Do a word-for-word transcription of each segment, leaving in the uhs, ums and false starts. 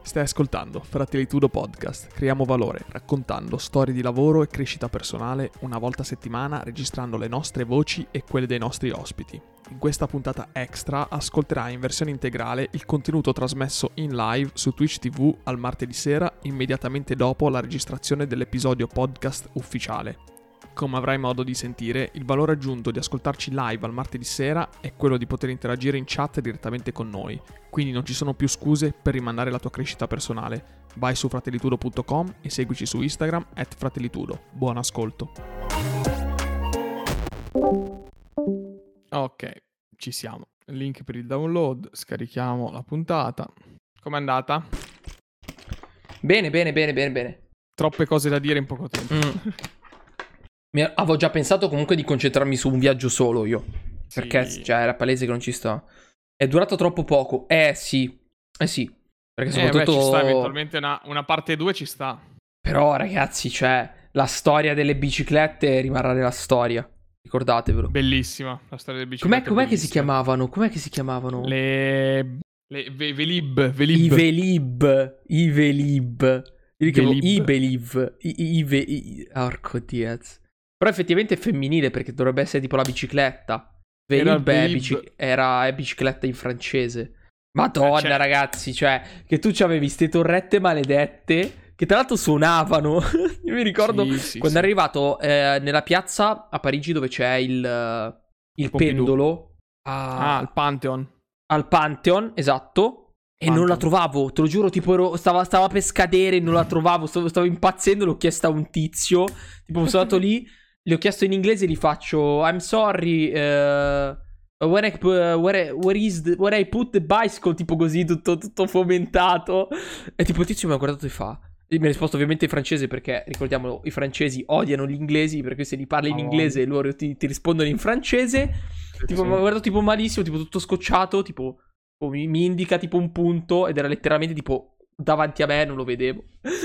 Stai ascoltando Fratellitudo Podcast. Creiamo valore raccontando storie di lavoro e crescita personale una volta a settimana, registrando le nostre voci e quelle dei nostri ospiti. In questa puntata extra ascolterai in versione integrale il contenuto trasmesso in live su Twitch ti vu al martedì sera, immediatamente dopo la registrazione dell'episodio podcast ufficiale. Come avrai modo di sentire, il valore aggiunto di ascoltarci live al martedì sera è quello di poter interagire in chat direttamente con noi, quindi non ci sono più scuse per rimandare la tua crescita personale. Vai su fratellitudo punto com e seguici su Instagram at fratellitudo. Buon ascolto. Ok, ci siamo. Link per il download, scarichiamo la puntata. Com'è andata? Bene, bene, bene, bene, bene. Troppe cose da dire in poco tempo. Mm. Mi avevo già pensato comunque di concentrarmi su un viaggio solo io. Sì. Perché cioè, era palese che non ci sta. È durato troppo poco. Eh sì. Eh sì. Perché soprattutto... Eh beh, ci sta eventualmente una, una parte due ci sta. Però ragazzi, cioè, la storia delle biciclette rimarrà nella storia. Ricordatevelo. Bellissima la storia delle biciclette. Com'è, com'è che si chiamavano? Com'è che si chiamavano? Le... le ve- Velib. Velib. I Velib. I Velib. Io li chiamo Velib. I Believe. I, i, i, ve- i, Orco Diaz. Però effettivamente è femminile perché dovrebbe essere tipo la bicicletta. Velib Era è, Velib. bici- era è bicicletta in francese. Madonna, Eh, cioè- ragazzi, cioè, che tu c'avevi ste torrette maledette che tra l'altro suonavano. Io mi ricordo Sì, sì, quando sì. è arrivato eh, nella piazza a Parigi dove c'è il, eh, il Pompidou. pendolo a- Ah, il Pantheon. al Pantheon, esatto. E non la Pantheon. trovavo, te lo giuro, tipo ero, stava, stava per scadere e non la trovavo, stavo, stavo impazzendo, l'ho chiesta a un tizio, tipo sono andato lì, gli ho chiesto in inglese, gli faccio I'm sorry, uh, where, I, where, where is the, where I put the bicycle, tipo così, tutto, tutto fomentato. E tipo il tizio mi ha guardato e fa, e mi ha risposto ovviamente in francese perché, ricordiamolo, i francesi odiano gli inglesi, perché se li parli in Oh. inglese loro ti, ti rispondono in francese. Tipo Sì. mi ha guardato tipo malissimo, tipo tutto scocciato, tipo... Oh, mi, mi indica tipo un punto ed era letteralmente tipo davanti a me, non lo vedevo.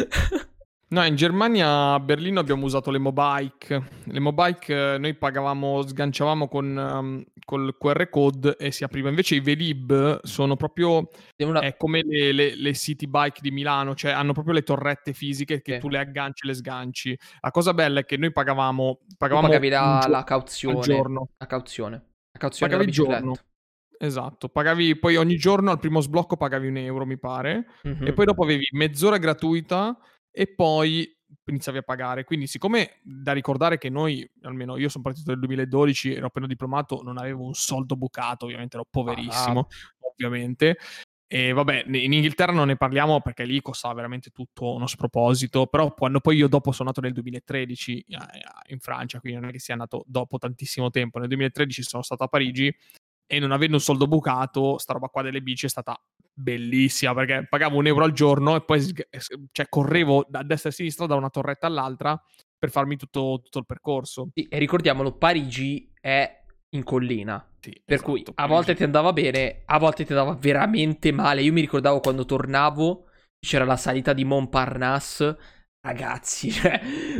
No, in Germania, a Berlino abbiamo usato le Mobike. Le Mobike eh, noi pagavamo, sganciavamo con um, col Q R code e si apriva. Invece i Velib sono proprio È una... è come le, le, le City Bike di Milano, cioè hanno proprio le torrette fisiche che Sì. tu le agganci e le sganci. La cosa bella è che noi pagavamo Tu pagavamo pagavi un la, gio- la al cauzione. giorno. La cauzione. La cauzione della Pagavi il bicicletta. giorno. Esatto, pagavi poi ogni giorno al primo sblocco pagavi un euro, mi pare, Mhm. e poi dopo avevi mezz'ora gratuita e poi iniziavi a pagare. Quindi, siccome da ricordare che noi, almeno io sono partito nel duemiladodici, ero appena diplomato, non avevo un soldo bucato, ovviamente ero poverissimo, Ah, ovviamente. E vabbè, in Inghilterra non ne parliamo perché lì costava veramente tutto uno sproposito, però quando poi io dopo sono nato nel duemilatredici eh, in Francia, quindi non è che sia nato dopo tantissimo tempo, nel duemilatredici sono stato a Parigi e non avendo un soldo bucato, sta roba qua delle bici è stata bellissima perché pagavo un euro al giorno e poi sg- cioè, correvo da destra e a sinistra da una torretta all'altra per farmi tutto, tutto il percorso. sì, e ricordiamolo, Parigi è in collina. Sì, Per esatto, cui a Parigi. volte ti andava bene, a volte ti andava veramente male. Io mi ricordavo quando tornavo, c'era la salita di Montparnasse. Ragazzi, cioè,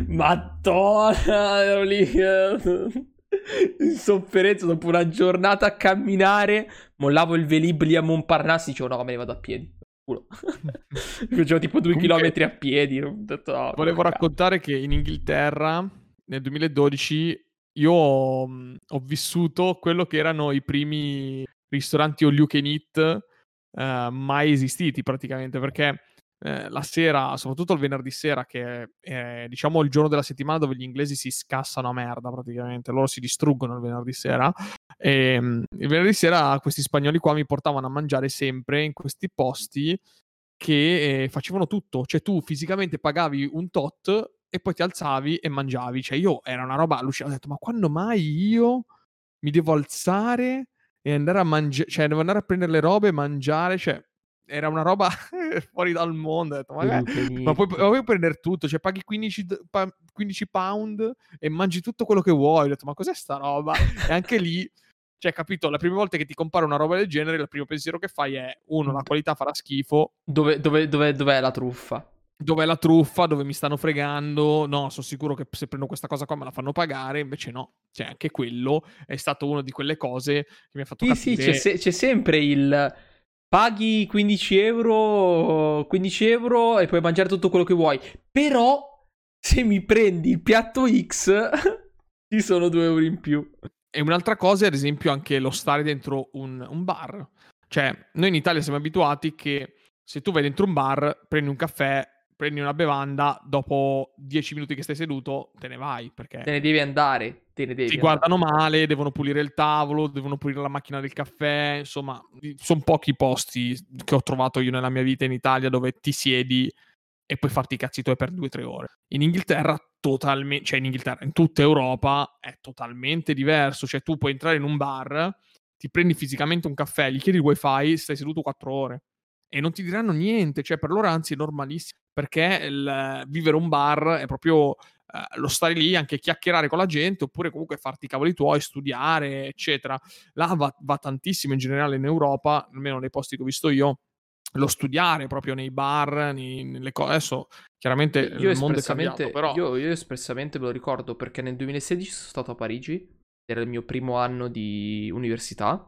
madonna, ero lì eh, in sofferenza dopo una giornata a camminare. Mollavo il Velib lì a Montparnasse, dicevo no, me ne vado a piedi. Culo. Facevo tipo due Comunque, chilometri a piedi. Ho detto, no, volevo porca. raccontare che in Inghilterra nel duemiladodici io ho, ho vissuto quello che erano i primi ristoranti all you can eat eh, mai esistiti praticamente, perché eh, la sera, soprattutto il venerdì sera, che è diciamo il giorno della settimana dove gli inglesi si scassano a merda praticamente, loro si distruggono il venerdì sera, e mm, il venerdì sera questi spagnoli qua mi portavano a mangiare sempre in questi posti che eh, facevano tutto, cioè tu fisicamente pagavi un tot e poi ti alzavi e mangiavi, cioè io era una roba allucinante, ho detto ma quando mai io mi devo alzare e andare a mangiare, cioè devo andare a prendere le robe e mangiare, cioè era una roba fuori dal mondo, ho detto, ma, You can ma puoi, eat. ma puoi prendere tutto, cioè paghi quindici, d- pa- quindici pound e mangi tutto quello che vuoi, ho detto ma cos'è sta roba? E anche lì, cioè capito, la prima volta che ti compare una roba del genere, il primo pensiero che fai è, uno, la qualità farà schifo, Dove, dove, dove, dov'è la truffa? dov'è la truffa, dove mi stanno fregando, no, sono sicuro che se prendo questa cosa qua me la fanno pagare, invece no, cioè anche quello è stato una di quelle cose che mi ha fatto Sì, sì, c'è, capire... se- c'è sempre il... paghi quindici euro, quindici euro e puoi mangiare tutto quello che vuoi. Però se mi prendi il piatto X ci sono due euro in più. E un'altra cosa è ad esempio anche lo stare dentro un, un bar. Cioè, noi in Italia siamo abituati che se tu vai dentro un bar, prendi un caffè, prendi una bevanda, dopo dieci minuti che stai seduto te ne vai, perché Te ne devi andare, te ne devi ti andare. guardano male, devono pulire il tavolo, devono pulire la macchina del caffè, insomma, sono pochi posti che ho trovato io nella mia vita in Italia dove ti siedi e puoi farti i cazzi tuoi per due o tre ore. In Inghilterra totalmente, cioè in Inghilterra, in tutta Europa è totalmente diverso, cioè tu puoi entrare in un bar, ti prendi fisicamente un caffè, gli chiedi il wifi, stai seduto quattro ore e non ti diranno niente, cioè per loro anzi è normalissimo, perché il vivere un bar è proprio eh, lo stare lì, anche chiacchierare con la gente, oppure comunque farti i cavoli tuoi, studiare, eccetera. Là va, va tantissimo in generale in Europa, almeno nei posti che ho visto io, lo studiare proprio nei bar, nei, nelle cose. Adesso chiaramente Io il mondo è cambiato, espressamente, però io, io espressamente me lo ricordo perché nel duemilasedici sono stato a Parigi, era il mio primo anno di università.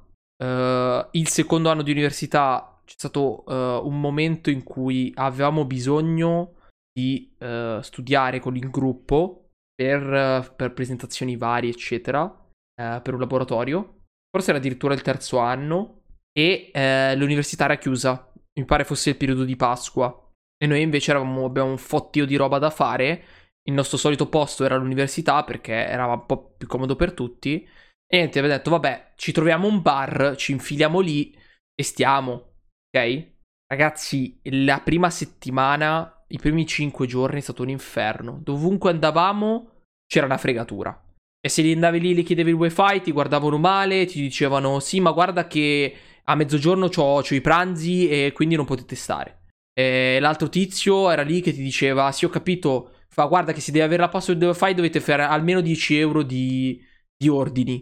Uh, il secondo anno di università c'è stato uh, un momento in cui avevamo bisogno di uh, studiare con il gruppo per, uh, per presentazioni varie, eccetera, uh, per un laboratorio. Forse era addirittura il terzo anno e uh, l'università era chiusa. Mi pare fosse il periodo di Pasqua. E noi invece eravamo, abbiamo un fottio di roba da fare. Il nostro solito posto era l'università perché era un po' più comodo per tutti. E niente, aveva detto, vabbè, ci troviamo un bar, ci infiliamo lì e stiamo, ok? Ragazzi, la prima settimana, i primi cinque giorni è stato un inferno. Dovunque andavamo c'era una fregatura. E se gli andavi lì e gli chiedevi il wifi, ti guardavano male, ti dicevano, sì, ma guarda che a mezzogiorno c'ho, c'ho i pranzi e quindi non potete stare. E l'altro tizio era lì che ti diceva, sì, ho capito, fa, guarda che se devi avere la password del wifi dovete fare almeno dieci euro di... di ordini,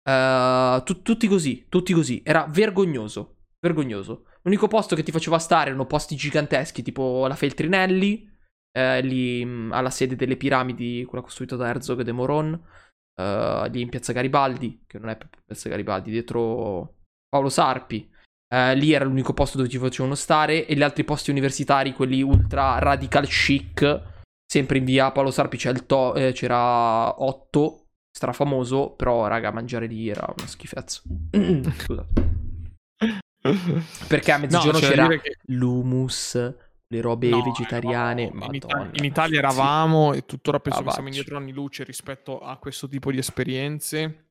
uh, tu, tutti così, tutti così, era vergognoso, vergognoso. L'unico posto che ti faceva stare erano posti giganteschi, tipo la Feltrinelli, eh, lì mh, alla sede delle piramidi, quella costruita da Herzog de Moron, uh, lì in Piazza Garibaldi, che non è proprio Piazza Garibaldi, dietro Paolo Sarpi. Uh, lì era l'unico posto dove ti facevano stare, e gli altri posti universitari, quelli ultra radical chic, sempre in via Paolo Sarpi c'è il to- eh, c'era otto, strafamoso, però raga, mangiare lì era una schifezza. Scusate. Perché a mezzogiorno no, c'era che... l'hummus, le robe no, vegetariane. No, in, Ita- in Italia eravamo sì. E tuttora penso ah, che siamo indietro anni luce rispetto a questo tipo di esperienze.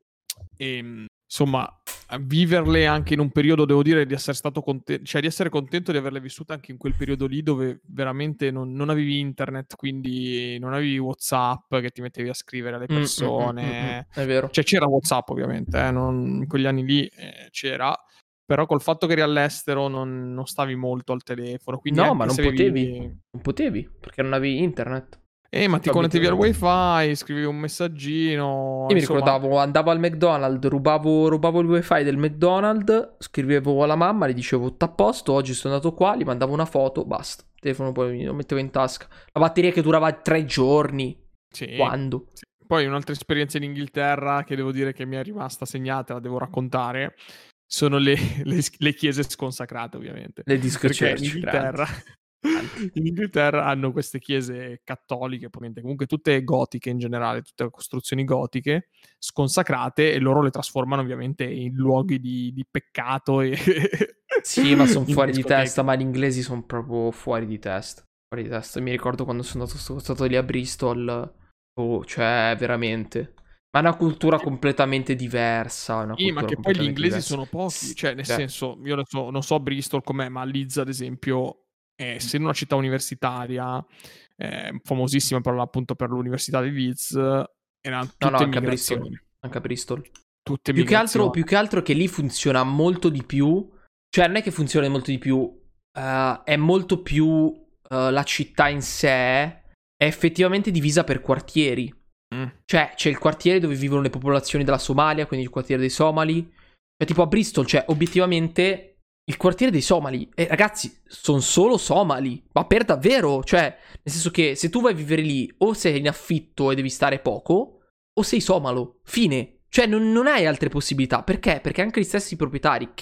E insomma, viverle anche in un periodo, devo dire, di essere stato contento, cioè di essere contento di averle vissute anche in quel periodo lì dove veramente non, non avevi internet, quindi non avevi WhatsApp che ti mettevi a scrivere alle persone. Mm, mm, mm, mm, è vero. Cioè c'era WhatsApp ovviamente, eh, non, in quegli anni lì eh, c'era, però col fatto che eri all'estero non, non stavi molto al telefono. Quindi no, ma non avevi... potevi, non potevi, perché non avevi internet. Eh, ma ti connettevi al wifi, scrivevi un messaggino. Io insomma... mi ricordavo, andavo al McDonald's, rubavo, rubavo il wifi del McDonald's, scrivevo alla mamma, le dicevo tutto a posto, oggi sono andato qua, gli mandavo una foto, basta. Il telefono poi lo mettevo in tasca. La batteria che durava tre giorni. Sì. Quando? Sì. Poi un'altra esperienza in Inghilterra che devo dire che mi è rimasta segnata, la devo raccontare, sono le, le, le chiese sconsacrate, ovviamente. Le disco Perché church, in Inghilterra... in Inghilterra hanno queste chiese cattoliche, comunque tutte gotiche in generale, tutte costruzioni gotiche sconsacrate, e loro le trasformano ovviamente in luoghi di, di peccato e sì, ma sono fuori di testa, ma gli inglesi sono proprio fuori di testa, fuori di testa. Mi ricordo quando sono andato, sono stato lì a Bristol, oh, cioè veramente, ma è una cultura completamente diversa. Una sì, ma che poi gli inglesi diversa. sono pochi, cioè nel Beh. senso, io non so, non so Bristol com'è, ma Leeds ad esempio, Eh, essendo una città universitaria eh, famosissima per, appunto per l'università di Leeds, erano tutte no, no, anche migrazioni. A Bristol, anche a Bristol. Tutte più che altro più che altro che lì funziona molto di più, cioè non è che funziona molto di più, uh, è molto più uh, la città in sé è effettivamente divisa per quartieri. Mm. Cioè c'è il quartiere dove vivono le popolazioni della Somalia, quindi il quartiere dei Somali, cioè tipo a Bristol, cioè obiettivamente il quartiere dei Somali, e ragazzi, sono solo Somali, ma per davvero, cioè, nel senso che se tu vai a vivere lì, o sei in affitto e devi stare poco, o sei somalo, fine. Cioè, non, non hai altre possibilità. Perché? Perché anche gli stessi proprietari che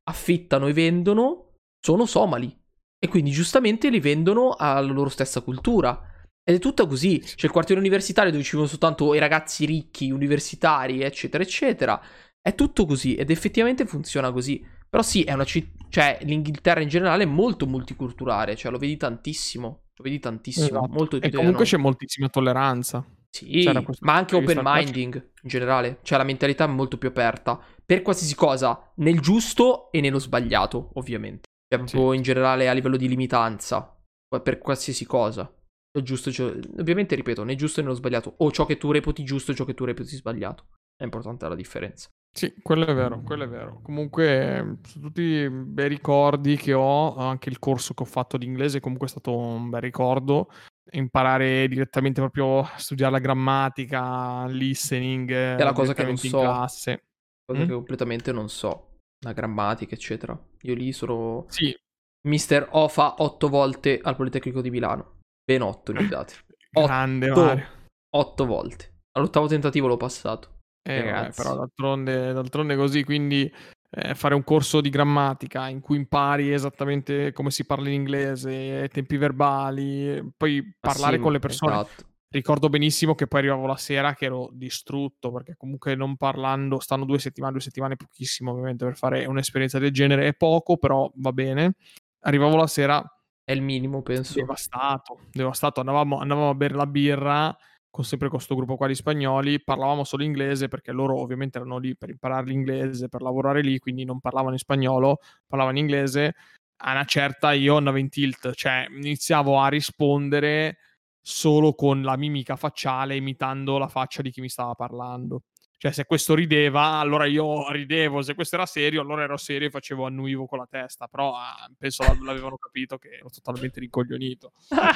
affittano e vendono sono somali. E quindi giustamente li vendono alla loro stessa cultura. Ed è tutto così. C'è il quartiere universitario dove ci sono soltanto i ragazzi ricchi, universitari, eccetera, eccetera. È tutto così ed effettivamente funziona così. Però sì, è una città. Cioè, l'Inghilterra in generale è molto multiculturale. Cioè, lo vedi tantissimo. Lo vedi tantissimo. Esatto. Molto di E più comunque italiano. c'è moltissima tolleranza. Cioè, da Sì, questo ma punto anche di open vista qua c'è- minding in generale. Cioè, la mentalità è molto più aperta. Per qualsiasi cosa, nel giusto e nello sbagliato, ovviamente. Cioè, sì. proprio in generale a livello di limitanza. Per qualsiasi cosa. È giusto, cioè, ovviamente, ripeto, né giusto e nello sbagliato. O ciò che tu reputi giusto e ciò che tu reputi sbagliato. È importante la differenza. Sì, quello è vero, quello è vero. Comunque, su tutti i bei ricordi che ho, anche il corso che ho fatto di inglese comunque è stato un bel ricordo. Imparare direttamente proprio a studiare la grammatica, listening, È la eh, cosa che non direttamente in so. classe. Cosa Mm? che completamente non so. La grammatica, eccetera. Io lì sono Sì. mister Ofa otto volte al Politecnico di Milano. Ben otto ne ho dati. Grande Mario. Otto. Otto volte. All'ottavo tentativo l'ho passato. Eh, vabbè, però Ragazzi. d'altronde, d'altronde così, quindi eh, fare un corso di grammatica in cui impari esattamente come si parla in inglese, tempi verbali, poi Ma parlare sì, con le persone. esatto. Ricordo benissimo che poi arrivavo la sera che ero distrutto, perché comunque non parlando, stanno due settimane, due settimane è pochissimo ovviamente per fare un'esperienza del genere, è poco, però va bene. Arrivavo la sera È il minimo, penso. devastato, devastato. Andavamo, andavamo a bere la birra con sempre con sto gruppo qua di spagnoli, parlavamo solo inglese perché loro ovviamente erano lì per imparare l'inglese, per lavorare lì, quindi non parlavano in spagnolo, parlavano in inglese. A una certa io andavo in tilt, cioè iniziavo a rispondere solo con la mimica facciale, imitando la faccia di chi mi stava parlando. Cioè, se questo rideva, allora io ridevo, se questo era serio, allora ero serio e facevo annuivo con la testa. Però ah, penso l'av- l'avevano capito che ero totalmente rincoglionito.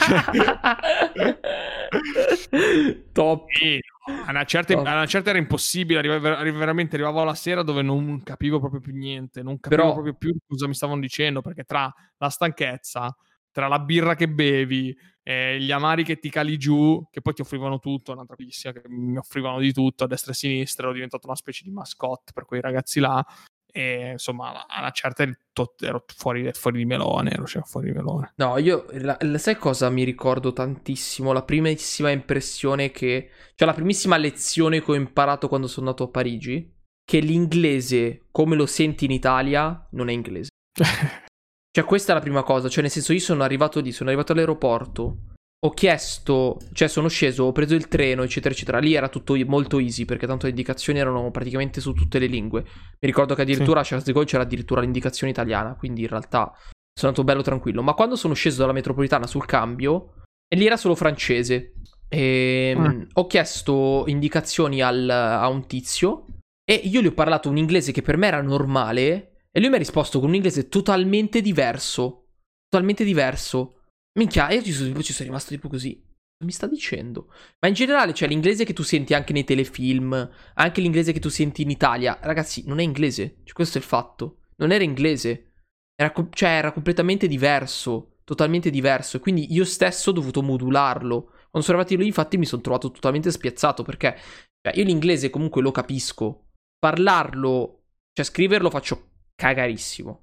Top. Sì, no, a una certa, a Top. una certa era impossibile, arriva- arri- veramente arrivavo alla sera dove non capivo proprio più niente, non capivo Però proprio più cosa mi stavano dicendo, perché tra la stanchezza, tra la birra che bevi, eh, gli amari che ti cali giù, che poi ti offrivano tutto, un'altra pizia, che mi offrivano di tutto a destra e a sinistra, ero diventato una specie di mascotte per quei ragazzi là, e insomma a una certa ero, tot- ero fuori, fuori di melone, ero cioè, fuori di melone. no, io la, la- sai cosa mi ricordo tantissimo? La primissima impressione che, cioè la primissima lezione che ho imparato quando sono andato a Parigi, che l'inglese, come lo senti in Italia, non è inglese. Cioè questa è la prima cosa, cioè nel senso io sono arrivato lì, sono arrivato all'aeroporto, ho chiesto, cioè sono sceso, ho preso il treno, eccetera, eccetera. Lì era tutto molto easy perché tanto le indicazioni erano praticamente su tutte le lingue. Mi ricordo che addirittura Sì. a Charles de Gaulle c'era addirittura l'indicazione italiana, quindi in realtà sono andato bello tranquillo. Ma quando sono sceso dalla metropolitana sul cambio, e lì era solo francese, e, Mm. ho chiesto indicazioni al- a un tizio e io gli ho parlato un inglese che per me era normale e lui mi ha risposto con un inglese totalmente diverso. Totalmente diverso. Minchia, io ci sono, ci sono rimasto tipo così. Cosa mi sta dicendo? Ma in generale, cioè l'inglese che tu senti anche nei telefilm, anche l'inglese che tu senti in Italia, ragazzi, non è inglese. Cioè, questo è il fatto. Non era inglese. Era, co- cioè, era completamente diverso. Totalmente diverso. E quindi io stesso ho dovuto modularlo. Quando sono arrivati lì, infatti, mi sono trovato totalmente spiazzato. Perché cioè, io l'inglese comunque lo capisco. Parlarlo, cioè scriverlo faccio cagarissimo.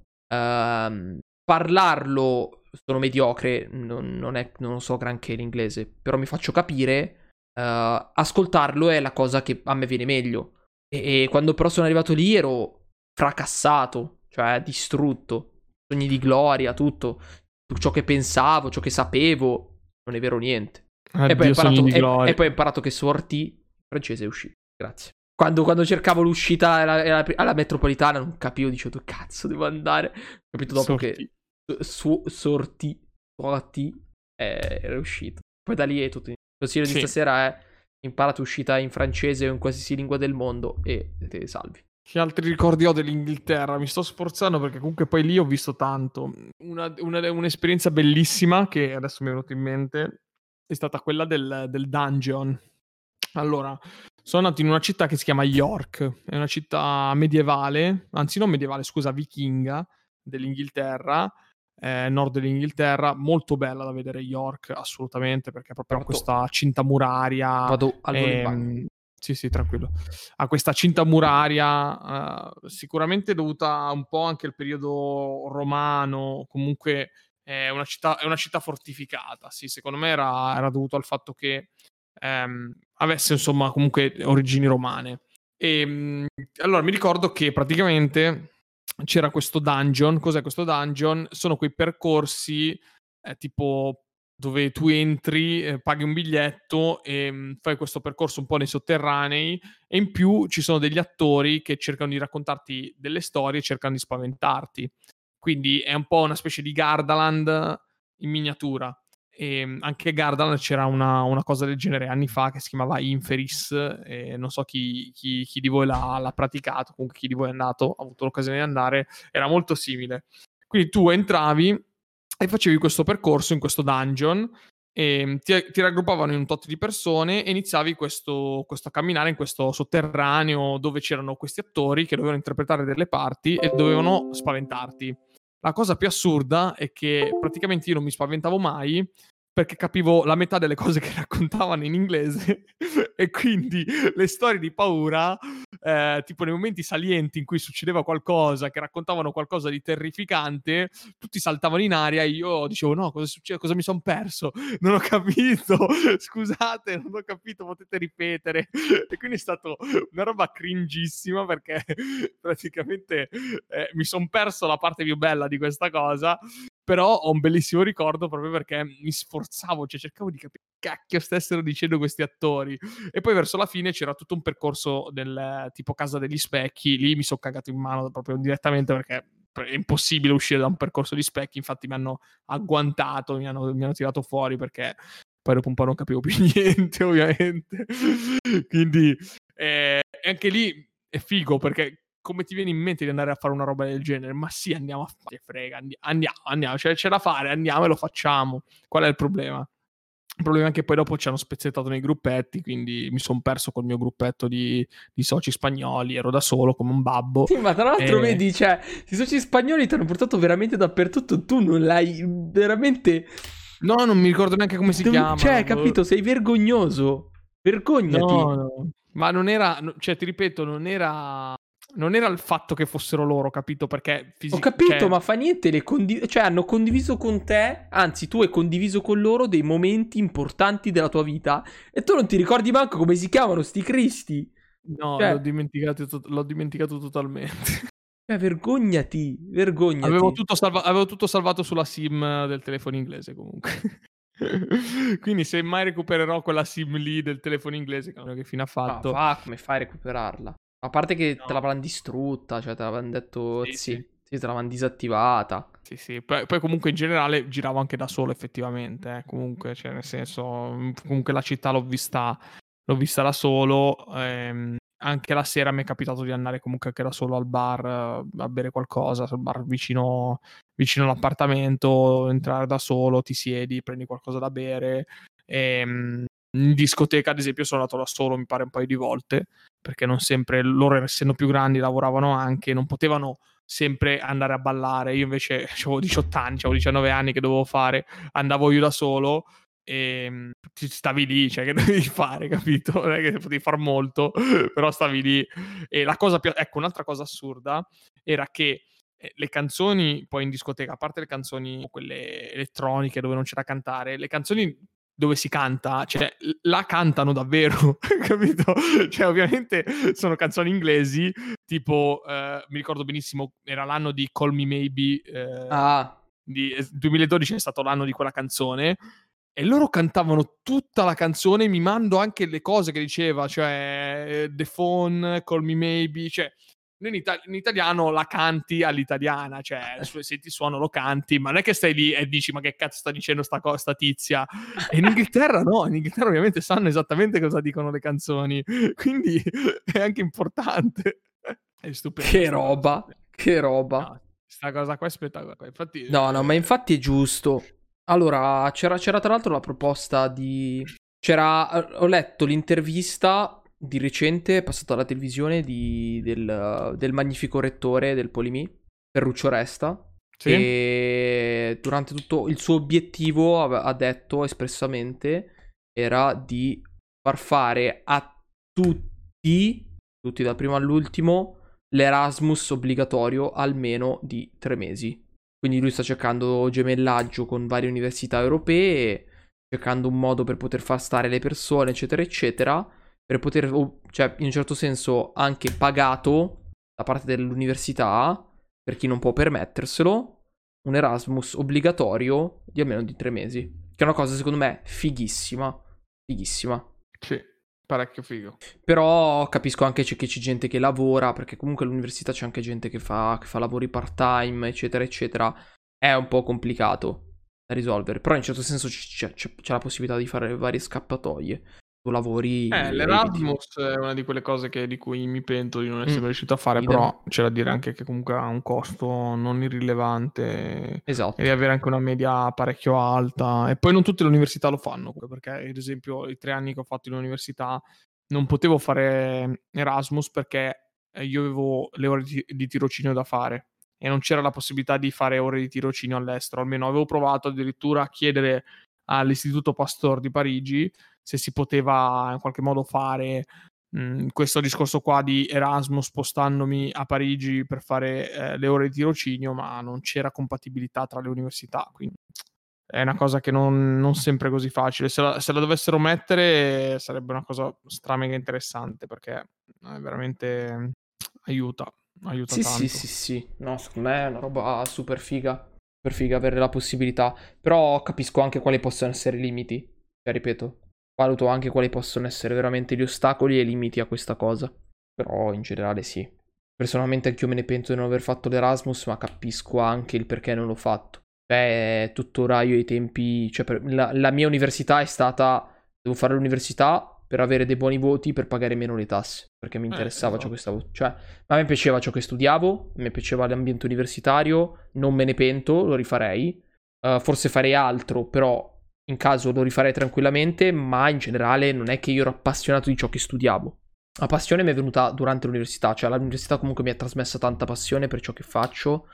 Ehm, parlarlo sono mediocre, non, non, è, non so granché l'inglese, però mi faccio capire. Eh, ascoltarlo è la cosa che a me viene meglio. E, e quando però sono arrivato lì ero fracassato, cioè distrutto. Sogni di gloria, tutto. Ciò che pensavo, ciò che sapevo, non è vero niente. E poi ho Addio sogni imparato, di e, e gloria. poi ho imparato che sorti francese è uscito. Grazie. Quando, quando cercavo l'uscita alla, alla, alla metropolitana non capivo, dicevo, dove cazzo devo andare? Ho capito dopo Sorti. che su, sorti, sorti eh, era uscito. Poi da lì è tutto. Il consiglio di Sì. stasera è imparate uscita in francese o in qualsiasi lingua del mondo e te salvi. Che altri ricordi ho dell'Inghilterra? Mi sto sforzando perché comunque poi lì ho visto tanto. Una, una- un'esperienza bellissima che adesso mi è venuta in mente è stata quella del, del dungeon. Allora, sono andato in una città che si chiama York, è una città medievale, anzi non medievale, scusa, vichinga dell'Inghilterra, eh, nord dell'Inghilterra, molto bella da vedere York, assolutamente, perché proprio ha Tra l'altro questa cinta muraria. vado al volo in bagno. ehm, Sì, sì, tranquillo. Ha questa cinta muraria, uh, sicuramente dovuta un po' anche al periodo romano, comunque è una città, è una città fortificata, sì, secondo me era, era dovuto al fatto che ehm, avesse insomma comunque origini romane. E mh, allora mi ricordo che praticamente c'era questo dungeon. Cos'è questo dungeon? Sono quei percorsi eh, tipo dove tu entri, eh, paghi un biglietto e mh, fai questo percorso un po' nei sotterranei, e in più ci sono degli attori che cercano di raccontarti delle storie e cercano di spaventarti. Quindi è un po' una specie di Gardaland in miniatura. E anche a Gardaland c'era una, una cosa del genere anni fa che si chiamava Inferis, e non so chi, chi, chi di voi l'ha, l'ha praticato, comunque chi di voi è andato, ha avuto l'occasione di andare, era molto simile. Quindi tu entravi e facevi questo percorso in questo dungeon e ti, ti raggruppavano in un tot di persone e iniziavi questo, questo a camminare in questo sotterraneo dove c'erano questi attori che dovevano interpretare delle parti e dovevano spaventarti. La cosa più assurda è che praticamente io non mi spaventavo mai perché capivo la metà delle cose che raccontavano in inglese e quindi le storie di paura, eh, tipo nei momenti salienti in cui succedeva qualcosa, che raccontavano qualcosa di terrificante, tutti saltavano in aria e io dicevo no, cosa succede? Cosa mi sono perso? Non ho capito, scusate, non ho capito, potete ripetere. E quindi è stato una roba cringissima perché praticamente eh, mi sono perso la parte più bella di questa cosa. Però ho un bellissimo ricordo proprio perché mi sforzavo, cioè cercavo di capire che cacchio stessero dicendo questi attori. E poi verso la fine c'era tutto un percorso del tipo Casa degli Specchi, lì mi sono cagato in mano proprio direttamente perché è impossibile uscire da un percorso di specchi, infatti mi hanno agguantato, mi hanno, mi hanno tirato fuori perché poi dopo un po' non capivo più niente ovviamente. Quindi eh, anche lì è figo perché come ti viene in mente di andare a fare una roba del genere? Ma sì, andiamo a fare, frega, andi- andiamo, andiamo, c'è, c'è da fare, andiamo e lo facciamo. Qual è il problema? Il problema è che poi dopo ci hanno spezzettato nei gruppetti, quindi mi sono perso col mio gruppetto di, di soci spagnoli, ero da solo come un babbo. Sì, ma tra l'altro E... vedi, cioè, i soci spagnoli ti hanno portato veramente dappertutto, tu non l'hai veramente... No, non mi ricordo neanche come si Dov- chiamano. Cioè, capito, sei vergognoso. Vergognati. No, no. Ma non era, no, cioè ti ripeto, non era, non era il fatto che fossero loro, capito? Perché Ho fisic- capito, cioè, ma fa niente, le condi- cioè hanno condiviso con te, anzi tu hai condiviso con loro dei momenti importanti della tua vita e tu non ti ricordi manco come si chiamano sti cristi. no, l'ho Cioè, dimenticato, to- l'ho dimenticato totalmente. cioè vergognati, Avevo vergognati. tutto, salva- avevo tutto salvato sulla SIM del telefono inglese comunque. Quindi se mai recupererò quella SIM lì del telefono inglese, che fine ha Ma fatto? va, come fai a recuperarla? A parte che te No. l'avranno distrutta, cioè te l'avranno detto, Sì, sì, sì. sì, te l'avranno disattivata. Sì, sì. Poi, poi comunque in generale giravo anche da solo effettivamente, eh. Comunque, cioè nel senso, mh, comunque la città l'ho vista, l'ho vista da solo. ehm, anche la sera mi è capitato di andare comunque anche da solo al bar eh, a bere qualcosa, al bar vicino, vicino all'appartamento, entrare da solo, ti siedi, prendi qualcosa da bere. Ehm, in discoteca, ad esempio, sono andato da solo, mi pare un paio di volte, perché non sempre, loro essendo più grandi lavoravano anche, non potevano sempre andare a ballare. Io invece avevo diciotto anni, avevo diciannove anni, che dovevo fare? Andavo io da solo e ti stavi lì, cioè che dovevi fare, capito? Non è che potevi far molto, però stavi lì. E la cosa più... Ecco, un'altra cosa assurda era che eh, le canzoni poi in discoteca, a parte le canzoni quelle elettroniche dove non c'è da cantare, le canzoni dove si canta, cioè la cantano davvero, capito? Cioè ovviamente sono canzoni inglesi, tipo eh, mi ricordo benissimo, era l'anno di Call Me Maybe, eh, Ah, di, duemiladodici è stato l'anno di quella canzone, e loro cantavano tutta la canzone mimando anche le cose che diceva, cioè eh, The Phone, Call Me Maybe, cioè noi in, Ita- in italiano la canti all'italiana, cioè se senti il suono lo canti, ma non è che stai lì e dici ma che cazzo sta dicendo sta, co- sta tizia. E in Inghilterra no, in Inghilterra ovviamente sanno esattamente cosa dicono le canzoni, quindi è anche importante. È stupendo, che sta cosa, roba, stupenda. che roba. No, sta cosa qua è spettacolare. Infatti, No, no, ma eh, infatti è giusto. Allora, c'era, c'era tra l'altro la proposta di... C'era... Ho letto l'intervista di recente, è passata alla televisione, di, del, del magnifico rettore del Polimi, Ferruccio Resta, sì? e durante tutto il suo obiettivo ave- ha detto espressamente era di far fare a tutti Di, tutti dal primo all'ultimo, l'Erasmus obbligatorio almeno di tre mesi. Quindi lui sta cercando gemellaggio con varie università europee, cercando un modo per poter far stare le persone, eccetera, eccetera, per poter, cioè, in un certo senso, anche pagato da parte dell'università, per chi non può permetterselo, un Erasmus obbligatorio di almeno di tre mesi. Che è una cosa, secondo me, fighissima. Fighissima. Sì, parecchio figo. Però capisco anche che c'è gente che lavora, perché comunque all'università c'è anche gente che fa, che fa lavori part-time, eccetera, eccetera. È un po' complicato da risolvere. Però in un certo senso c'è, c'è, c'è la possibilità di fare varie scappatoie. Tu lavori... Eh, eviti. l'Erasmus è una di quelle cose che, di cui mi pento di non essere Mm, riuscito a fare, idem. però c'è da dire anche che comunque ha un costo non irrilevante. Esatto. E devi avere anche una media parecchio alta. E poi non tutte le università lo fanno, perché ad esempio i tre anni che ho fatto in università non potevo fare Erasmus perché io avevo le ore di, di tirocinio da fare e non c'era la possibilità di fare ore di tirocinio all'estero. Almeno avevo provato addirittura a chiedere all'Istituto Pasteur di Parigi se si poteva in qualche modo fare mh, questo discorso qua di Erasmus spostandomi a Parigi per fare eh, le ore di tirocinio, ma non c'era compatibilità tra le università, quindi è una cosa che non, non sempre è così facile. Se la, se la dovessero mettere sarebbe una cosa stramega interessante, perché eh, veramente aiuta, aiuta Sì, tanto. sì, sì, sì. No, secondo me è una roba super figa. Super figa avere la possibilità. Però capisco anche quali possono essere i limiti. Cioè, ripeto, valuto anche quali possono essere veramente gli ostacoli e i limiti a questa cosa. Però in generale sì. Personalmente anch'io me ne pento di non aver fatto l'Erasmus, ma capisco anche il perché non l'ho fatto. Cioè, tuttora io ai tempi... Cioè, per... la, la mia università è stata... Devo fare l'università per avere dei buoni voti per pagare meno le tasse. Perché mi interessava Eh, ciò esatto. che stavo... Cioè, a me piaceva ciò che studiavo, a me piaceva l'ambiente universitario, non me ne pento, lo rifarei. Uh, forse farei altro, però in caso lo rifarei tranquillamente, ma in generale non è che io ero appassionato di ciò che studiavo. La passione mi è venuta durante l'università, cioè l'università comunque mi ha trasmesso tanta passione per ciò che faccio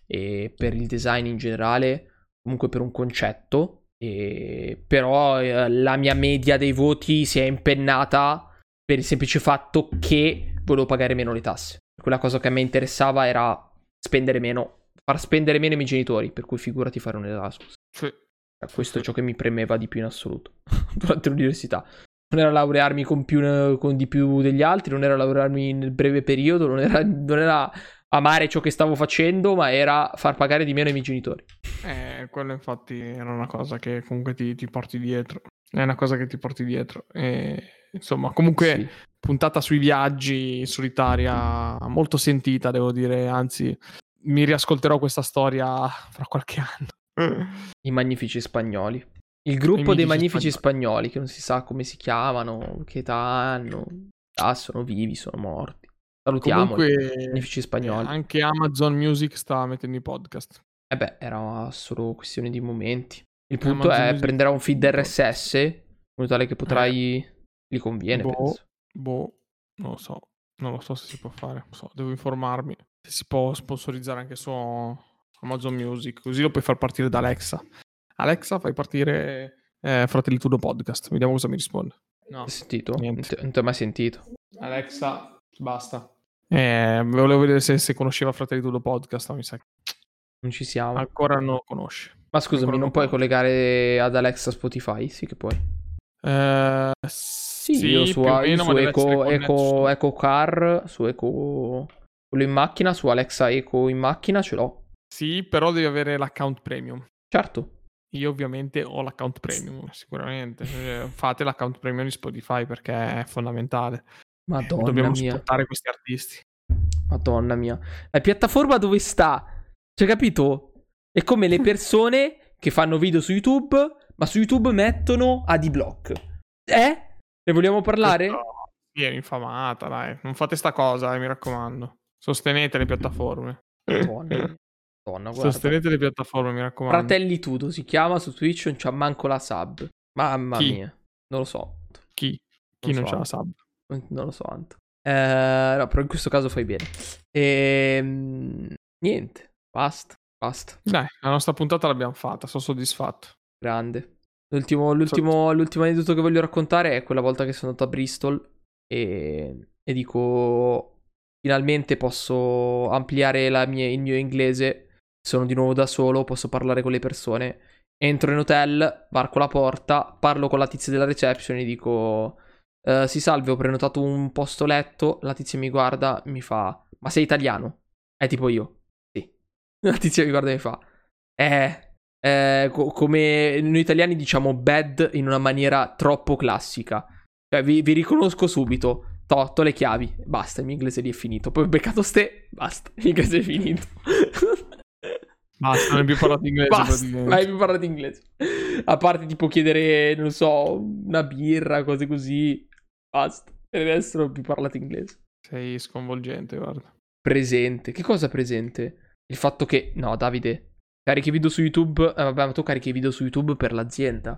e per il design in generale, comunque per un concetto, e... però eh, la mia media dei voti si è impennata per il semplice fatto che volevo pagare meno le tasse. Quella cosa che a me interessava era spendere meno, far spendere meno i miei genitori, per cui figurati fare un Erasmus. Sì. Questo è ciò che mi premeva di più in assoluto durante l'università. Non era laurearmi con, più, con di più degli altri, non era laurearmi nel breve periodo, non era, non era amare ciò che stavo facendo, ma era far pagare di meno ai miei genitori. Eh, quello infatti era una cosa che comunque ti, ti porti dietro. È una cosa che ti porti dietro. E, insomma, comunque Sì. puntata sui viaggi, solitaria, molto sentita, devo dire. Anzi, mi riascolterò questa storia fra qualche anno. I Magnifici Spagnoli. Il gruppo I dei mitici Magnifici spagnoli. Spagnoli, che non si sa come si chiamano, che età hanno. Ah, sono vivi, sono morti. Salutiamoli. Comunque, Magnifici eh, Spagnoli. anche Amazon Music sta mettendo i podcast. Eh beh, era solo questione di momenti. Il punto Amazon è Music prenderà un sta feed mettendo i R S S, in modo tale che podcast. potrai... Eh, Gli conviene, boh, penso. boh, non lo so. Non lo so se si può fare. Non so, devo informarmi. Se si può sponsorizzare anche su Amazon Music, così lo puoi far partire da Alexa. Alexa, fai partire eh, Fratelli Tudo Podcast. Vediamo cosa mi risponde. No, Hai sentito? Non niente. ti non ti ho mai sentito. Alexa, basta. Eh, volevo vedere se, se conosceva Fratelli Tudo Podcast, ma mi sa che Non ci siamo. ancora non lo conosce. Ma scusami, Ancora non lo puoi conosce. collegare ad Alexa Spotify? Sì che puoi. Eh, Sì, sì, io su, più o io meno, su ma deve essere Eco, connesso. Eco, Eco Car, su Eco... quello in macchina, su Alexa Eco in macchina ce l'ho. Sì, però devi avere l'account premium. Certo. Io ovviamente ho l'account premium, sicuramente. Eh, Fate l'account premium di Spotify perché è fondamentale. Madonna Dobbiamo mia. supportare questi artisti. Madonna mia. La piattaforma dove sta? Cioè, capito? È come le persone che fanno video su YouTube, ma su YouTube mettono Adblock. Eh? Ne vogliamo parlare? Questo, sì, è infamata, dai. Non fate sta cosa, eh, mi raccomando. Sostenete le piattaforme. Madonna mia. Madonna, guarda. Sostenete le piattaforme, mi raccomando. Fratelli Tudo si chiama su Twitch, non c'ha manco la sub. Mamma Chi? mia. Non lo so. Chi? Chi Non non so, c'ha la Anto. sub? Non lo so, Anto. Eh, no, però in questo caso fai bene. Ehm, niente. Basta. Basta. Dai, la nostra puntata l'abbiamo fatta, sono soddisfatto. Grande. L'ultimo, l'ultimo, l'ultimo aneddoto che voglio raccontare è quella volta che sono andato a Bristol e e dico finalmente posso ampliare la mia, il mio inglese, sono di nuovo da solo, posso parlare con le persone. Entro in hotel, varco la porta, parlo con la tizia della reception e dico uh, si salve, ho prenotato un posto letto. La tizia mi guarda, mi fa ma sei italiano? È tipo io. Sì. La tizia mi guarda e mi fa eh... Eh, co- come noi italiani diciamo bed in una maniera troppo classica. Cioè vi, vi riconosco subito. Totto le chiavi. Basta, il mio inglese lì è finito. Poi ho beccato ste. Basta, il mio inglese è finito. Basta, non hai più parlato inglese. Basta, non hai più parlato inglese. A parte tipo chiedere, non so, una birra, cose così. Basta. Per il resto non ho più parlato inglese. Sei sconvolgente, guarda. Presente. Che cosa presente? Il fatto che... No, Davide... Carichi video su YouTube. Eh, vabbè, ma tu carichi video su YouTube per l'azienda.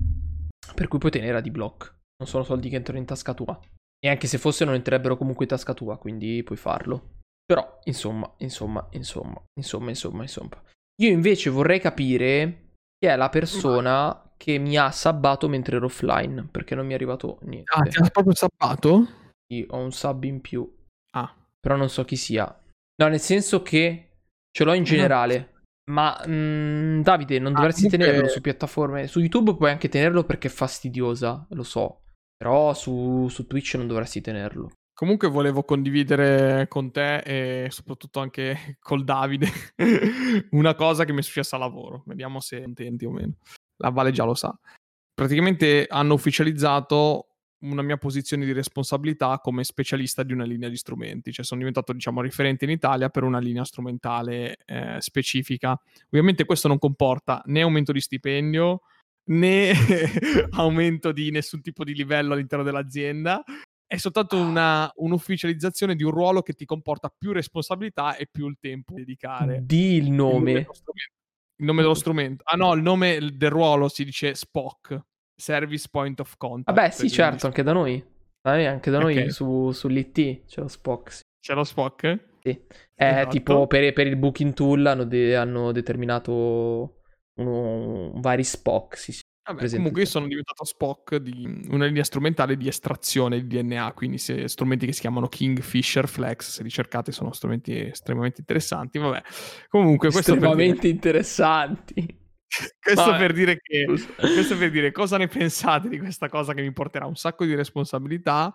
Per cui puoi tenere ad block. Non sono soldi che entrano in tasca tua. E anche se fosse non entrerebbero comunque in tasca tua. Quindi puoi farlo. Però, insomma, insomma, insomma, insomma, insomma, insomma. Io invece vorrei capire chi è la persona che mi ha sabbato mentre ero offline. Perché non mi è arrivato niente. Ah, ti ha proprio sabbato? Sì, ho un sub in più. Ah. Però non so chi sia. No, nel senso che ce l'ho in generale. Ma mh, Davide, non dovresti ah, comunque... tenerlo su piattaforme. Su YouTube puoi anche tenerlo perché è fastidiosa, lo so. Però su, su Twitch non dovresti tenerlo. Comunque volevo condividere con te e soprattutto anche col Davide una cosa che mi è successa a lavoro. Vediamo se intenti o meno. La Vale già lo sa. Praticamente hanno ufficializzato una mia posizione di responsabilità come specialista di una linea di strumenti, cioè sono diventato diciamo referente in Italia per una linea strumentale eh, specifica. Ovviamente questo non comporta né aumento di stipendio né aumento di nessun tipo di livello all'interno dell'azienda, è soltanto una, un'ufficializzazione di un ruolo che ti comporta più responsabilità e più il tempo da dedicare. Di il nome. Il nome dello strumento. Il nome dello strumento. Ah no, il nome del ruolo si dice S P O C. Service Point of Contact. Vabbè, sì, certo, anche da noi. Eh, anche da noi okay. su, sull'I T c'è lo S P O C. Sì. C'è lo S P O C? Sì. È esatto. Tipo per, per il booking tool hanno, de- hanno determinato uno, vari S P O C. Sì, sì. Vabbè, comunque io sono diventato S P O C di una linea strumentale di estrazione di D N A, quindi se, strumenti che si chiamano Kingfisher Flex, se li cercate sono strumenti estremamente interessanti. Vabbè, comunque questo estremamente per dire... interessanti. Questo Vabbè. per dire che questo per dire cosa ne pensate di questa cosa che mi porterà un sacco di responsabilità,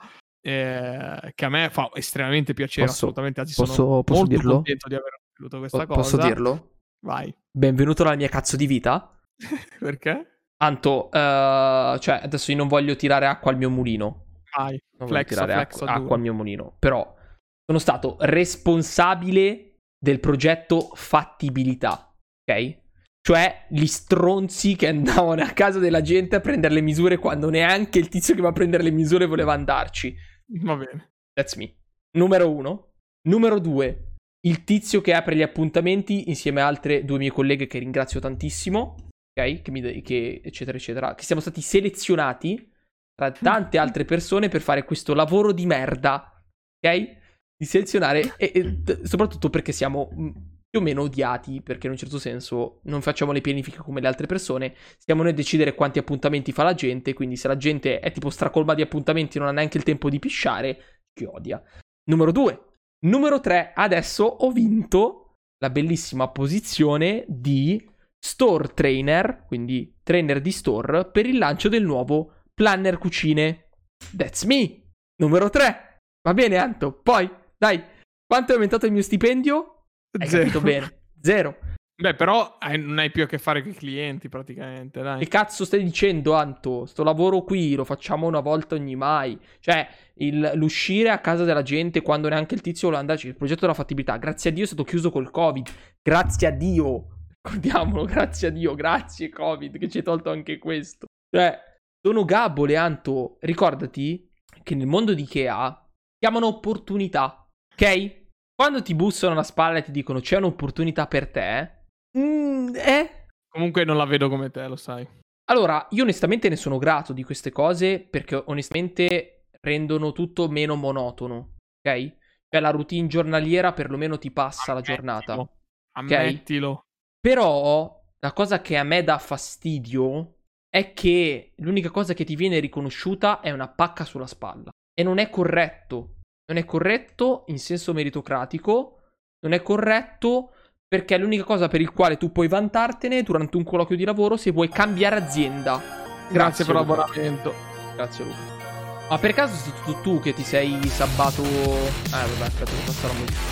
eh, che a me fa estremamente piacere, posso, assolutamente, anzi posso, sono posso molto dirlo? contento di aver ottenuto questa po- cosa. Posso dirlo? Vai. Benvenuto alla mia cazzo di vita. Perché? Anto, uh, cioè adesso io non voglio tirare acqua al mio mulino. Vai. Non flex, voglio tirare flex acqua, acqua al mio mulino. Però sono stato responsabile del progetto fattibilità, ok? Cioè gli stronzi che andavano a casa della gente a prendere le misure quando neanche il tizio che va a prendere le misure voleva andarci. Va bene. That's me. Numero uno. Numero due. Il tizio che apre gli appuntamenti insieme a altre due mie colleghe che ringrazio tantissimo. Ok? Che, mi, che eccetera eccetera. Che siamo stati selezionati tra tante altre persone per fare questo lavoro di merda. Ok? Di selezionare e, e soprattutto perché siamo... più o meno odiati, perché in un certo senso non facciamo le pianifiche come le altre persone, stiamo noi a decidere quanti appuntamenti fa la gente, quindi se la gente è tipo stracolma di appuntamenti e non ha neanche il tempo di pisciare, ci odia. Numero due. Numero tre, adesso ho vinto la bellissima posizione di store trainer, quindi trainer di store, per il lancio del nuovo planner cucine. That's me! Numero tre. Va bene, Anto? Poi, dai, quanto è aumentato il mio stipendio? Hai Zero. capito bene? Zero. Beh, però hai, non hai più a che fare con i clienti praticamente, dai. Che cazzo stai dicendo, Anto? Sto lavoro qui lo facciamo una volta ogni mai. Cioè, il, l'uscire a casa della gente quando neanche il tizio vuole andarci. Il progetto della fattibilità, grazie a Dio è stato chiuso col Covid. Grazie a Dio. Ricordiamolo, grazie a Dio. Grazie Covid che ci hai tolto anche questo. Cioè, sono gabole, Anto. Ricordati che nel mondo di Ikea chiamano opportunità, ok? Quando ti bussano alla spalla e ti dicono c'è un'opportunità per te, mm, eh? Comunque non la vedo come te, lo sai. Allora, io onestamente ne sono grato di queste cose perché onestamente rendono tutto meno monotono, ok? Cioè la routine giornaliera perlomeno ti passa Ammettilo. la giornata. Ammettilo. Okay? Però la cosa che a me dà fastidio è che l'unica cosa che ti viene riconosciuta è una pacca sulla spalla. E non è corretto. non è corretto in senso meritocratico, non è corretto perché è l'unica cosa per il quale tu puoi vantartene durante un colloquio di lavoro se vuoi cambiare azienda. Grazie, Grazie per Luca. l'abbonamento. Grazie Luca. Ma per caso sei tu, tu che ti sei sabbato... Ah vabbè, aspetta, devo passare la musica.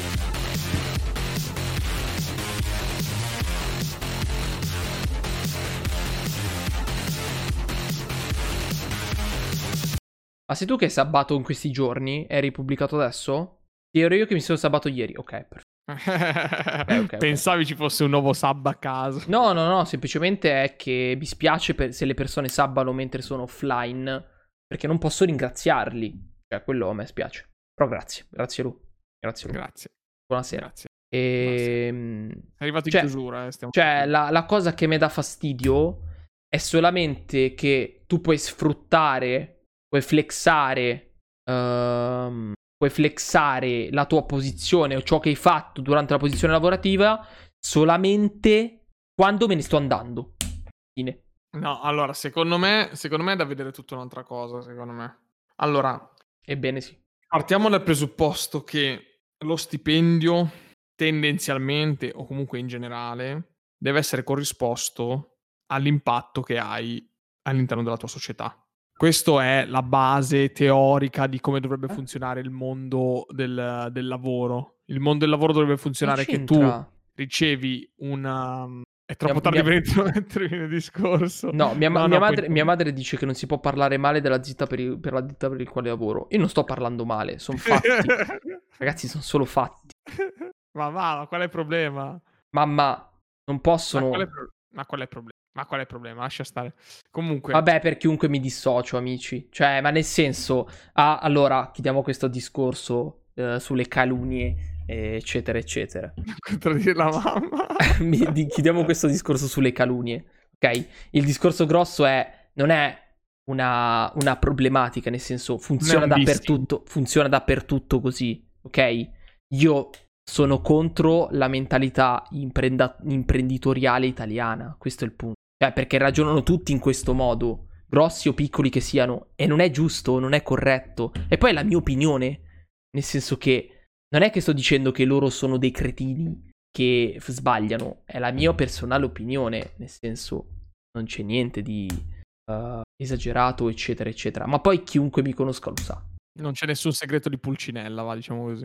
Ma sei tu che hai sabbato in questi giorni? Eri pubblicato adesso? Sì, ero io che mi sono sabbato ieri. Ok, perfetto. Okay, okay, Pensavi okay. ci fosse un nuovo sub a caso. No, no, no, semplicemente è che mi spiace per se le persone sabbano mentre sono offline, perché non posso ringraziarli. Cioè, quello a me spiace. Però grazie, grazie Lu. Grazie Lu. Grazie. Buonasera. Grazie. E... Sei arrivato in cioè, chiusura, eh, stiamo cioè la, la cosa che mi dà fastidio è solamente che tu puoi sfruttare, puoi flexare, um, puoi flexare la tua posizione o ciò che hai fatto durante la posizione lavorativa solamente quando me ne sto andando. Fine. No, allora, secondo me, secondo me è da vedere tutta un'altra cosa, secondo me. Allora, ebbene sì. Partiamo dal presupposto che lo stipendio tendenzialmente, o comunque in generale, deve essere corrisposto all'impatto che hai all'interno della tua società. Questa è la base teorica di come dovrebbe funzionare il mondo del, del lavoro. Il mondo del lavoro dovrebbe funzionare che tu ricevi una... È troppo mia, tardi mia... per entrare nel discorso. No, mia, no, mia, no, madre, poi... mia madre dice che non si può parlare male della ditta per, il, per la ditta per il quale lavoro. Io non sto parlando male, sono fatti. Ragazzi, sono solo fatti. Ma va, ma qual è il problema? Mamma, non possono... Ma qual è, pro... ma qual è il problema? Ma qual è il problema? Lascia stare. Comunque... Vabbè, per chiunque mi dissocio, amici. Cioè, ma nel senso... Ah, allora, chiudiamo questo discorso eh, sulle calunnie, eh, eccetera, eccetera. Contraddire la mamma. Chiudiamo questo discorso sulle calunnie, ok? Il discorso grosso è... Non è una, una problematica, nel senso, funziona dappertutto, funziona dappertutto così, ok? Io... sono contro la mentalità imprenda- imprenditoriale italiana. Questo è il punto. Cioè, perché ragionano tutti in questo modo, grossi o piccoli che siano, e non è giusto, non è corretto. E poi è la mia opinione, nel senso che non è che sto dicendo che loro sono dei cretini che f- sbagliano, è la mia personale opinione, nel senso non c'è niente di uh, esagerato, eccetera, eccetera. Ma poi chiunque mi conosca lo sa. Non c'è nessun segreto di Pulcinella, va, diciamo così.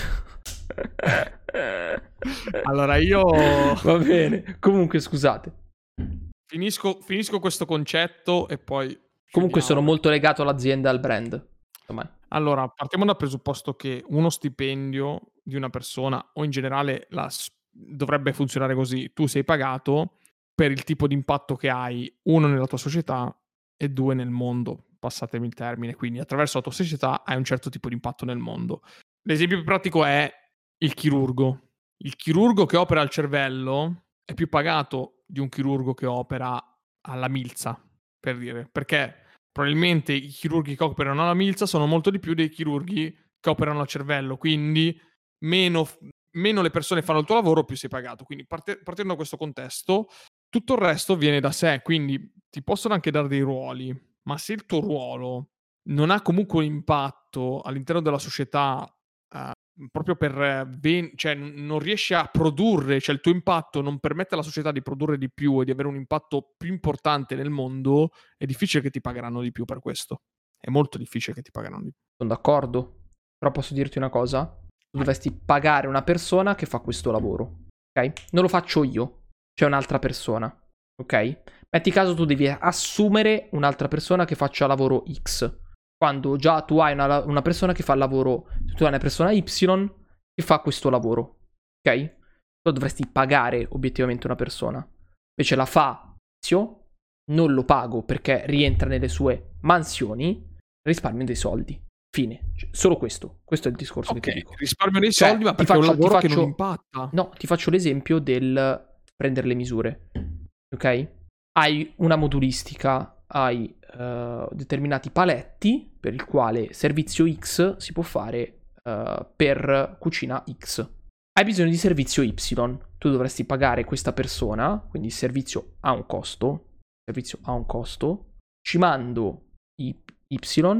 Allora io... Va bene, comunque scusate. Finisco, finisco questo concetto e poi... Comunque chiudiamo. sono molto legato all'azienda e al brand. Ormai. Allora, partiamo dal presupposto che uno stipendio di una persona, o in generale la, dovrebbe funzionare così. Tu sei pagato per il tipo di impatto che hai, uno nella tua società e due nel mondo. Passatemi il termine. Quindi attraverso la tua società hai un certo tipo di impatto nel mondo. L'esempio più pratico è il chirurgo. Il chirurgo che opera al cervello è più pagato di un chirurgo che opera alla milza, per dire. Perché probabilmente i chirurghi che operano alla milza sono molto di più dei chirurghi che operano al cervello. Quindi meno, meno le persone fanno il tuo lavoro, più sei pagato. Quindi parte, partendo da questo contesto, tutto il resto viene da sé. Quindi ti possono anche dare dei ruoli, ma se il tuo ruolo non ha comunque un impatto all'interno della società, uh, proprio per ven- cioè non riesci a produrre, cioè il tuo impatto non permette alla società di produrre di più e di avere un impatto più importante nel mondo, è difficile che ti pagheranno di più per questo. È molto difficile che ti pagheranno di più. Sono d'accordo, però posso dirti una cosa? Tu dovresti pagare una persona che fa questo lavoro, ok? Non lo faccio io, c'è un'altra persona, ok? Metti caso tu devi assumere un'altra persona che faccia lavoro X, quando già tu hai una, una persona che fa il lavoro, tu hai una persona Y che fa questo lavoro, ok? Tu dovresti pagare obiettivamente una persona, invece la fa Tizio, non lo pago perché rientra nelle sue mansioni, risparmio dei soldi. Fine. Cioè, solo questo. Questo è il discorso okay, che ti dico. Risparmio dei cioè, soldi, ma perché faccio, è un lavoro faccio, che non impatta. No, ti faccio l'esempio del prendere le misure. Ok? Hai una modulistica, hai uh, determinati paletti per il quale servizio X si può fare uh, per cucina X. Hai bisogno di servizio Y. Tu dovresti pagare questa persona, quindi il servizio ha un costo. Il servizio ha un costo. Ci mando Y.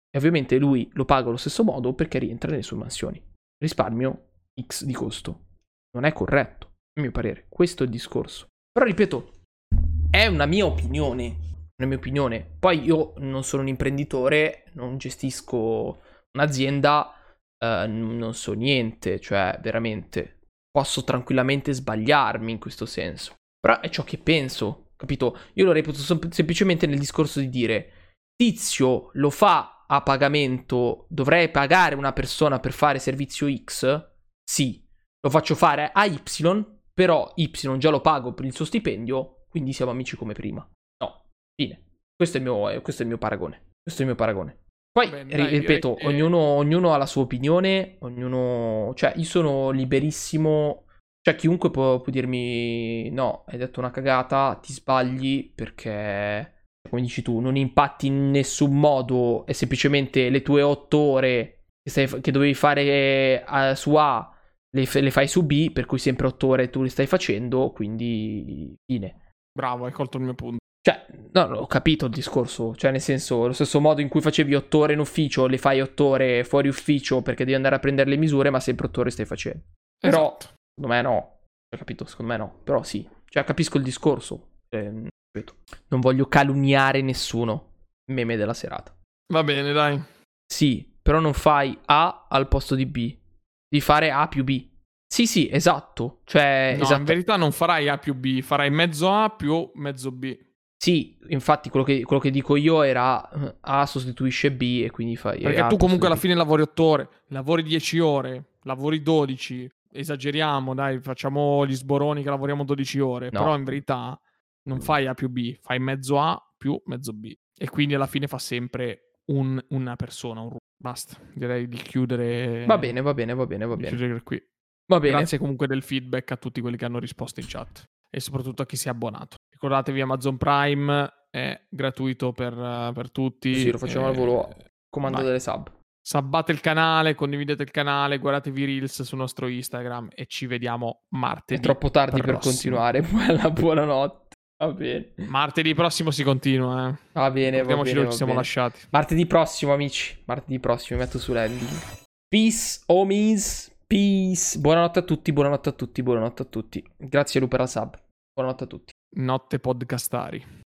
E ovviamente lui lo paga allo stesso modo perché rientra nelle sue mansioni. Risparmio X di costo. Non è corretto, a mio parere. Questo è il discorso. Però ripeto, è una mia opinione. Una mia opinione. Poi io non sono un imprenditore, non gestisco un'azienda, eh, non so niente, cioè veramente posso tranquillamente sbagliarmi in questo senso. Però è ciò che penso, capito? Io lo reputo sem- semplicemente nel discorso di dire Tizio lo fa a pagamento, dovrei pagare una persona per fare servizio X? Sì, lo faccio fare a Y, però Y già lo pago per il suo stipendio, quindi siamo amici come prima. No, fine. Questo è il mio, questo è il mio paragone. Questo è il mio paragone. Poi, Bene, ri- dai, ripeto, che... ognuno, ognuno ha la sua opinione, ognuno... Cioè, io sono liberissimo... Cioè, chiunque può, può dirmi no, hai detto una cagata, ti sbagli perché, come dici tu, non impatti in nessun modo, è semplicemente le tue otto ore che, stai, che dovevi fare a, su A, le, le fai su B, per cui sempre otto ore tu le stai facendo, quindi fine. Bravo, hai colto il mio punto. Cioè, no, ho capito il discorso, cioè nel senso, lo stesso modo in cui facevi otto ore in ufficio, le fai otto ore fuori ufficio perché devi andare a prendere le misure, ma sempre otto ore stai facendo. Però... Esatto. Secondo me no, ho capito, secondo me no, però sì, cioè capisco il discorso, eh, ripeto, non voglio calunniare nessuno, meme della serata. Va bene, dai. Sì, però non fai A al posto di B, di fare A più B. Sì, sì, esatto, cioè... No, esatto. in verità non farai A più B, farai mezzo A più mezzo B. Sì, infatti quello che, quello che dico io era A sostituisce B e quindi fai... Perché A tu comunque alla B. fine lavori otto ore, lavori dieci ore, lavori dodici, esageriamo, dai, facciamo gli sboroni che lavoriamo dodici ore, No. però in verità non fai A più B, fai mezzo A più mezzo B. E quindi alla fine fa sempre un, una persona, un... Basta, direi di chiudere... Va bene, va bene, va bene, va di bene. chiudere qui. Va bene. Grazie comunque del feedback a tutti quelli che hanno risposto in chat e soprattutto a chi si è abbonato. Ricordatevi, Amazon Prime è gratuito per, uh, per tutti. Sì, lo facciamo al volo, comando vai. delle sub. Sabbate il canale, condividete il canale, guardatevi i reels sul nostro Instagram e ci vediamo martedì. È troppo tardi prossimo. per continuare. Buona, buonanotte. Va bene. Martedì prossimo si continua, eh. Va bene, va bene, dove va ci siamo bene. lasciati. Martedì prossimo, amici. Martedì prossimo mi metto su landing. Peace, homies. Peace. Buonanotte a tutti, buonanotte a tutti, buonanotte a tutti. Grazie Lu per la sub. Buonanotte a tutti. Notte podcastari.